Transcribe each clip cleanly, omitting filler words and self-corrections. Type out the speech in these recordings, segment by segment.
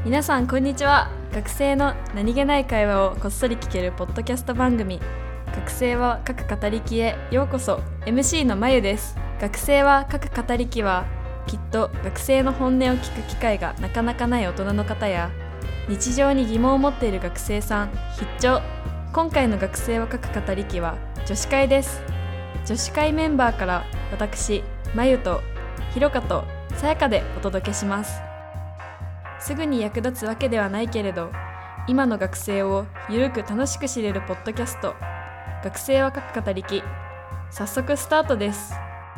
皆さんこんにちは。学生の何気ない会話をこっそり聞けるポッドキャスト番組、学生は書く語りきへようこそ。 MC のまゆです。学生は書く語りきはきっと学生の本音を聞く機会がなかなかない大人の方や、日常に疑問を持っている学生さん必聴。今回の学生は書く語りきは女子会です。女子会メンバーから私まゆとひろかとさやかでお届けします。すぐに役立つわけではないけれど、今の学生をゆるく楽しく知れるポッドキャスト、学生は書く語りき、早速スタートです。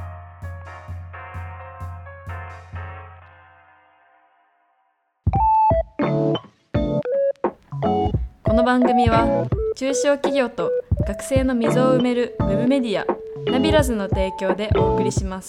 この番組は中小企業と学生の溝を埋めるウェブメディアナビラズの提供でお送りします。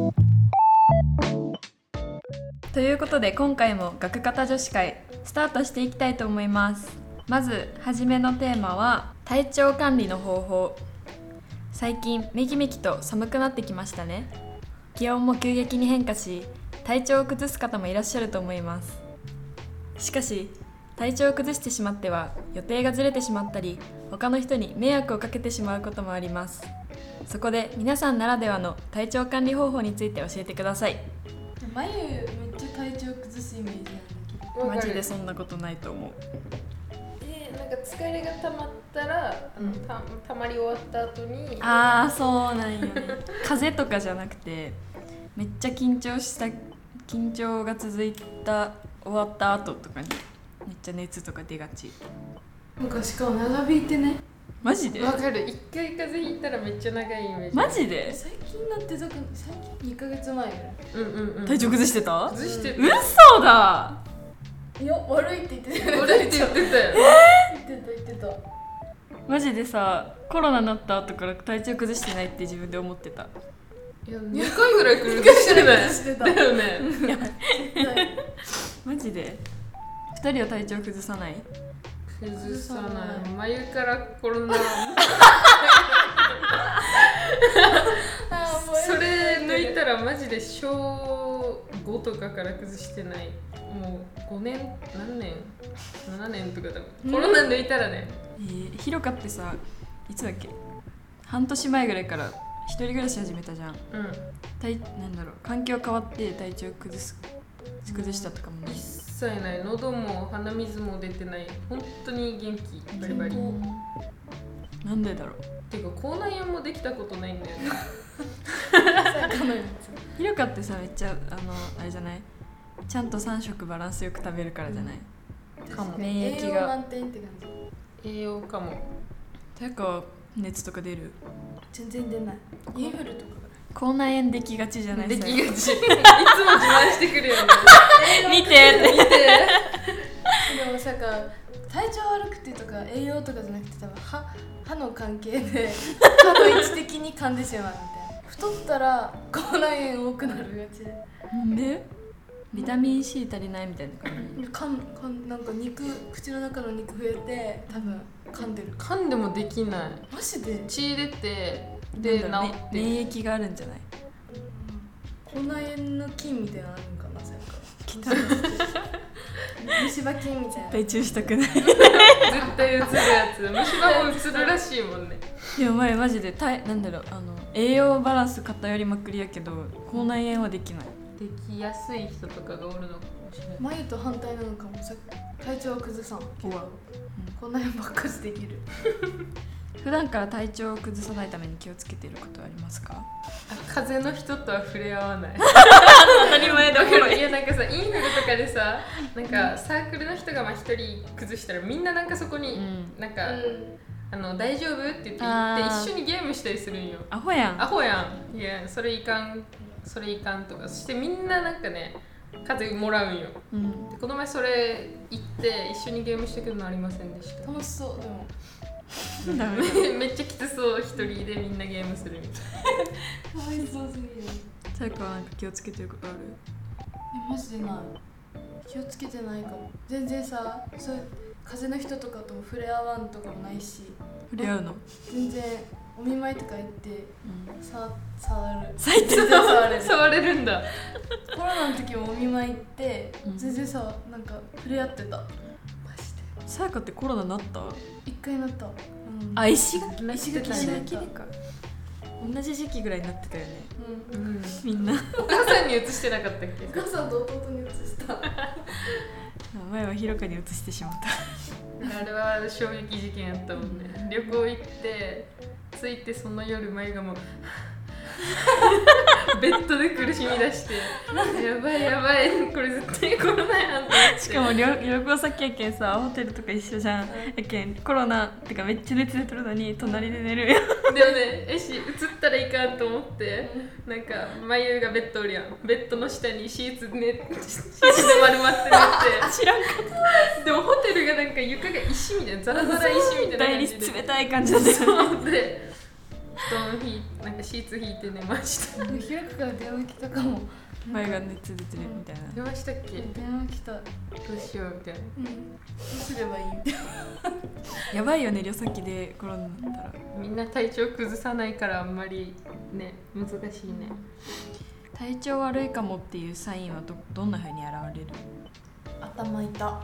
ということで今回も学方女子会スタートしていきたいと思います。まず初めのテーマは体調管理の方法。最近めきめきと寒くなってきましたね。気温も急激に変化し、体調を崩す方もいらっしゃると思います。しかし体調を崩してしまっては予定がずれてしまったり、他の人に迷惑をかけてしまうこともあります。そこで皆さんならではの体調管理方法について教えてください。 まゆめっちゃ体調崩すイメージなんだけど。 マジでそんなことないと思う。 なんか疲れが溜まったら、たまり終わった後にそうなんよね風邪とかじゃなくて、めっちゃ緊張が続いた終わった後とかにめっちゃ熱とか出がち。 なんかしかも長引いてね。 マジで？ わかる。一回風邪ひいたらめっちゃ長いイメージ。 マジで？ 最近だって最近2ヶ月前体調崩してた？ 崩してた。 嘘だ。 いや悪いって言ってた。 悪いって言ってたよ。 言ってた。 マジでさ、コロナになった後から体調崩してないって自分で思ってた。 いや2回ぐらい崩してないだよね。 マジで2人は体調崩さない？ 崩さない。眉からコロナそれ抜いたらマジで小5とかから崩してない。もう5年何年7年とかだもん。コロナ抜いたらね。 ひろかってさ、いつだっけ、半年前ぐらいから一人暮らし始めたじゃん。なんだろう、環境変わって体調崩したとかもない？ 一切ない。喉も鼻水も出てない。本当に元気バリバリ。 なんでだろう。 てか口内炎もできたことないんだよね。 ひろかってさ、めっちゃあれじゃない、ちゃんと3食バランスよく食べるからじゃない？ かも。 免疫栄養が。 満点って感じ。 栄養かも。 ていうか熱とか出る？ 全然出ない。インフルとか口内炎できがちじゃない？ できがち。いつも自慢してくるよね。 見てでもさ、体調悪くてとか栄養とかじゃなくて、多分歯の関係で歯の位置的に噛んでしまうみたいな。太ったら口内炎多くなるがちで、ビタミン C 足りないみたいな感じ。 なんか口の中の肉増えて多分噛んでる。 噛んでもできない。 マジで？ 血出てで治って免疫があるんじゃない？ 口内炎の菌みたいなのあるんかな、さやか。虫歯菌みたいな。 体調したくない。 絶対うつるやつ。虫歯もうつるらしいもんね。 いや前マジでなんだろう、栄養バランス偏りまくりやけど口内炎はできない。 できやすい人とかがおるのかもしれない。 眉と反対なのかも。体調を崩さん。口内炎ばっかりできる。 普段から体調を崩さないために気をつけていることはありますか？ 風邪の人とは触れ合わない。 当たり前だけど。 いやなんかさ、インフルとかでさ、なんかサークルの人が一人崩したらみんななんかそこに、なんか、大丈夫って言って一緒にゲームしたりするんよ。 アホやん。 アホやん。いやそれいかんとか。そしてみんななんかね、風邪もらうんよ。でこの前それ行って一緒にゲームしたけどなりませんでした。 楽しそう。でもめっちゃきつそう。一人でみんなゲームするみたいな。 かわいそうすぎる。 さやかはなんか気をつけてることある？ マジでない。気をつけてないかも。全然さ、そういう風邪の人とかとも触れ合わんとかもないし。 触れ合うの？ 全然お見舞いとか行って、触れる触れるんだ。 コロナの時もお見舞い行って、全然さなんか触れ合ってた。マジで。さやかってコロナなった？ 一回なった。 あ、石垣でか。同じ時期ぐらいになってたよね。みんな。 お母さんに移してなかったっけ？ お母さんと弟に移した。 前はひろかに移してしまった。 あれは衝撃事件やったもんね。旅行行って着いてその夜眉がもうベッドで苦しみ出してやばいやばいこれ絶対コロナやんと思って。 しかも旅行先やけんさ、ホテルとか一緒じゃん。やけんコロナってかめっちゃ熱出てるのに隣で寝るよ。 でもね、移ったらいかんと思ってなんか眉がベッドおるやん。ベッドの下にシーツで丸まって寝て知らんかった。 でもホテルがなんか床が石みたいなザラザラ石みたいな感じで冷たい感じだったよね。 で布団なんかシーツ引いて寝ました。 ひろかから電話来たかも。 前が熱出てるみたいな。 電話したっけ？ 電話来た。どうしようみたいな。 どうすればいいみたいな。 やばいよね、旅先でコロナになったら。 みんな体調崩さないからあんまりね、難しいね。 体調悪いかもっていうサインはどんな風に現れる？ 頭痛から、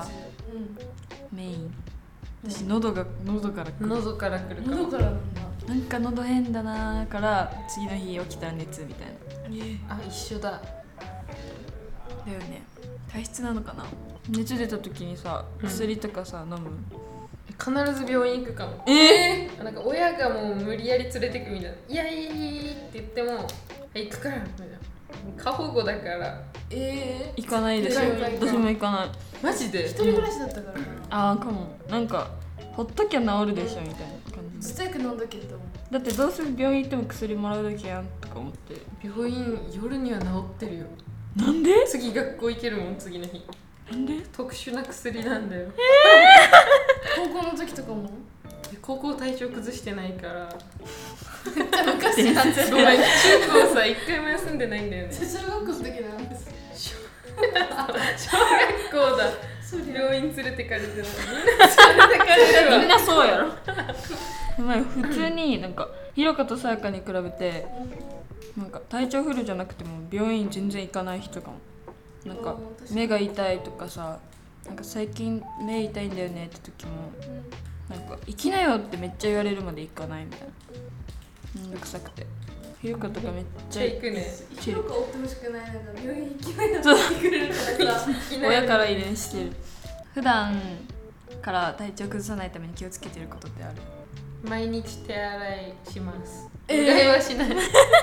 メイン。私喉から来る。 喉から来るかも。 喉からなんだ。 なんか喉変だなーから次の日起きたら熱みたいな。 あ、一緒だ。 だよね。体質なのかな。熱出た時にさ、薬とかさ、飲む？ 必ず病院行くかも。なんか親がもう無理やり連れてくみたいな。いやいいって言っても行くからみたいな。過保護だから。 行かないでしょ。私も行かない。 マジで？ 一人暮らしだったからかな。 ああ、かも。なんかほっときゃ治るでしょみたいな感じ。 ずっとよく飲んだけど。 だってどうせ病院行っても薬もらうだけやんとか思って。 病院夜には治ってるよ。 なんで？ 次学校行けるもん、次の日。 なんで？ 特殊な薬なんだよ。 高校の時とかも？ 高校体調崩してないからめっちゃ昔なんだよ。 ごめん、中高さ一回も休んでないんだよね。 小学校の時なんです。 小学校だ。病院連れてかれてない。 みんなそうやろ。普通になんかひろかとさやかに比べてなんか体調不良じゃなくても病院全然行かない人かも。なんか目が痛いとかさ、なんか最近目痛いんだよねって時もなんか行きなよってめっちゃ言われるまで行かないみたいな。めんどくさくて。ひろかとかめっちゃ行くね。 ひろか追ってほしくない。なんか病院行きなよって言ってくれるからさ。 親から遺伝してる。普段から体調崩さないために気をつけてることってある？ 毎日手洗いします。うがいはしない。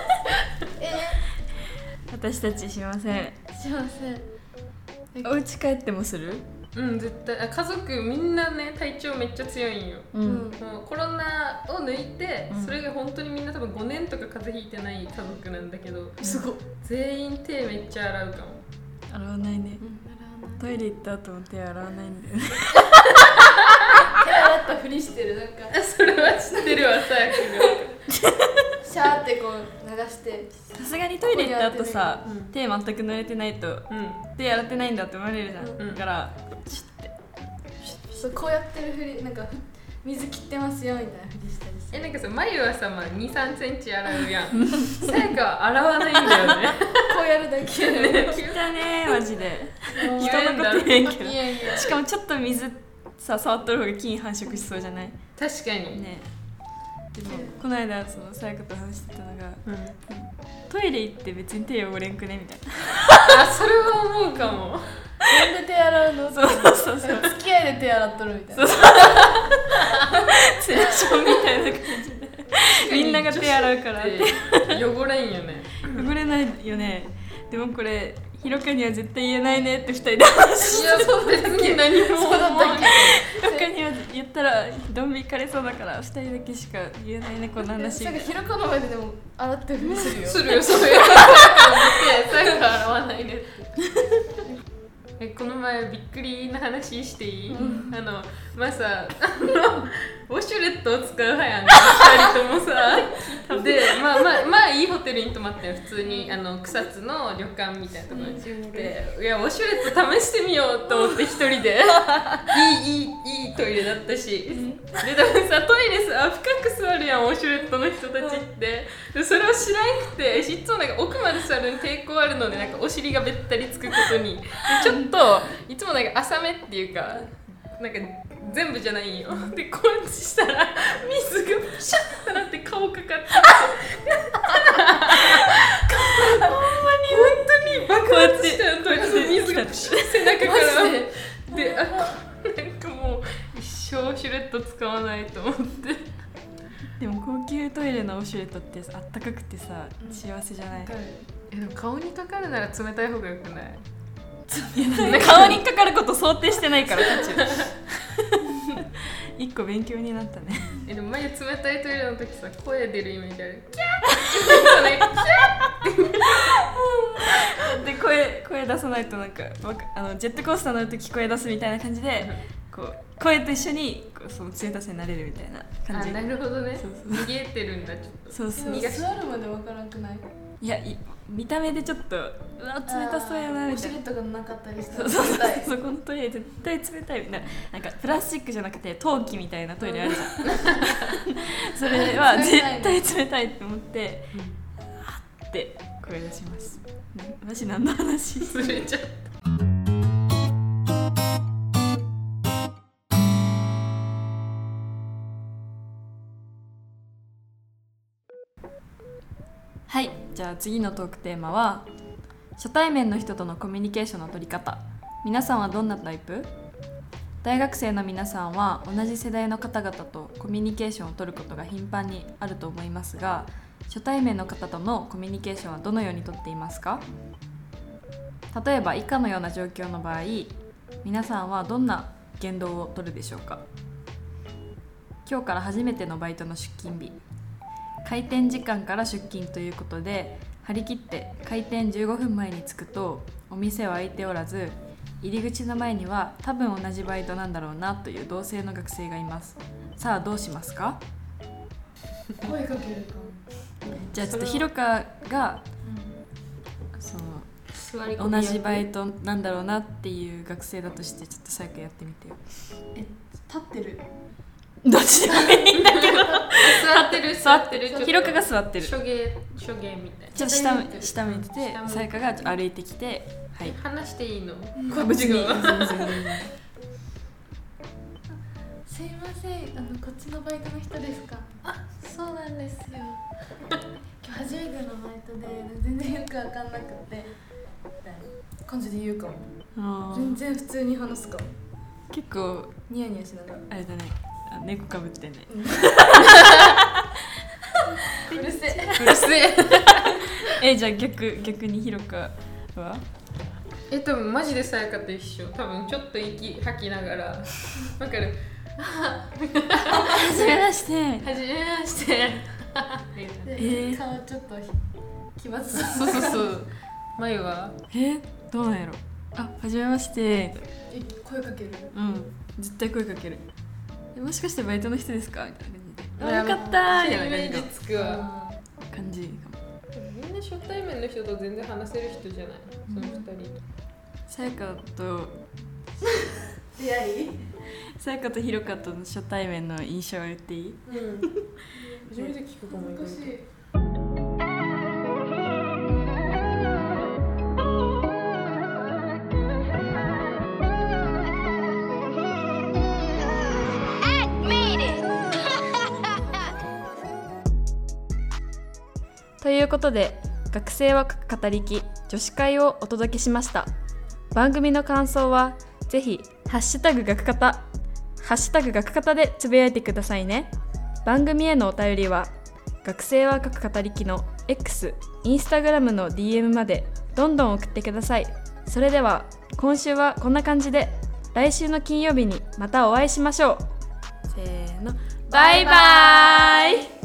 私たちしません。 しません。 お家帰ってもする？ 絶対。家族みんなね、体調めっちゃ強いんよ。もうコロナを抜いて、それが本当にみんな多分5年とか風邪ひいてない家族なんだけど、 すごい。 全員手めっちゃ洗うかも。 洗わないね。トイレ行った後も手洗わないんだよね。 手洗ったふりしてる。なんかそれは知ってるわ、さやくが。 シャーってこう流して。 さすがにトイレ行った後さ、手全く濡れてないと、手洗ってないんだって思われるじゃん。だからシュッてそうこうやってるふり、なんか水切ってますよみたいなふりしたりして。 なんかさ、眉はさ、2、3センチ洗うやん。さやかは洗わないんだよね。 こうやるだけね。 汚ねーマジで。人のこと言えんけど。 いやいや。 しかもちょっと水さ触っとる方が菌繁殖しそうじゃない？ 確かにね。でもこの間そのさやかと話してたのが、トイレ行って別に手汚れんくねみたいな。 あ、それは思うかも。 なんで手洗うの？ そう。 付き合いで手洗っとるみたいな。 ツレションみたいな感じでみんなが手洗うから汚れんよね。 汚れないよね。でもこれひろかには絶対言えないねって2人で話して。 いや、そう別に何も思わない。 ひろかには言ったらドン引かれそうだから2人だけしか言えないねこの話。 なんかひろかの前ででも洗ってるふりするよ。 するよ、そういう。さやか洗わないねって。この前びっくりな話していい？まあさ、ウォシュレットを使う派やんか、2人ともさ。で、まあいいホテルに泊まったよ、普通に草津の旅館みたいなところに。で、いやウォシュレット試してみようと思って一人でいいとトイレだったし、で多分さトイレさ深く座るやんウォシュレットの人たちって、でそれを知らんくていつもなんか奥まで座るのに抵抗あるのでなんかお尻がべったりつくことにでちょっといつもなんか浅めっていうかなんか全部じゃないんよ。でこうしたら水がプシャッとなって顔かかってほんまに本当に爆発したよ。トイレで水がプシャッ背中からでなんかもう一生ウォシュレット使わないと思って。 でも高級トイレのウォシュレットってあったかくてさ、幸せじゃない？ でも顔にかかるなら冷たい方がよくない？ 顔にかかること想定してないからこっち一個勉強になったね。 でも前冷たいトイレの時さ声出るイメージある。キャーで声出さないとなんかジェットコースター乗るとき声出すみたいな感じでこう声と一緒にこうその冷たさになれるみたいな感じ。 なるほどね。 そう逃げてるんだちょっと。 そうでも座るまでわからんくない？ いや見た目でちょっとうわ冷たそうやなみたいな。 ウォシュレットがなかったりしたそうら冷たい。 そこのトイレ絶対冷たいみたいな。なんかプラスチックじゃなくて陶器みたいなトイレあるじゃん。それは絶対冷たいって思ってはって声出します。マジ何の話？ ずれちゃった。 はい、じゃあ次のトークテーマは初対面の人とのコミュニケーションの取り方。皆さんはどんなタイプ？大学生の皆さんは同じ世代の方々とコミュニケーションを取ることが頻繁にあると思いますが、初対面の方とのコミュニケーションはどのように取っていますか？例えば以下のような状況の場合、皆さんはどんな言動を取るでしょうか？今日から初めてのバイトの出勤日、開店時間から出勤ということで張り切って開店15分前に着くとお店は開いておらず、入り口の前には多分同じバイトなんだろうなという同性の学生がいます。さあどうしますか？ 声かけるかも。 じゃあちょっとひろかがその同じバイトなんだろうなっていう学生だとして、ちょっとさやかやってみてよ。 立ってる。 どっちでもいいんだけど座ってるひろかが座ってる。 初芸みたいな。 ちょっと下向いてて、さやかが歩いてきて、はい。 話していいの？ こっちに。 すいません、こっちのバイトの人ですか？あ、そうなんですよ。今日初めてのバイトで全然よくわかんなくてみたいな感じで言うかも。全然普通に話すかも。 結構ニヤニヤしながら。 あれだね。猫かぶってね。 うるせえ。 うるせえ。 じゃあ逆にひろかは？ 多分マジでさやかと一緒。多分ちょっと息吐きながら。わかる？ はじめまして。 はじめまして。 顔ちょっと奇抜そう。 そう眉は？ どうなんやろ。はじめまして。 声かける？ うん、絶対声かける。もしかしてバイトの人ですかみたいな感じで。よかったーみたいなイメージつくわ。 感じかも。 みんな初対面の人と全然話せる人じゃない？その2人。 さやかと出会い？ さやかとひろかとの初対面の印象を言っていい？ 初めて聞くかも。 難しい。 ということで、学生は書く語りき女子会をお届けしました。番組の感想はぜひハッシュタグ学方でつぶやいてくださいね。番組へのお便りは学生は書く語りきの X、インスタグラムの DM までどんどん送ってください。それでは今週はこんな感じで、来週の金曜日にまたお会いしましょう。せーの、バイバーイ。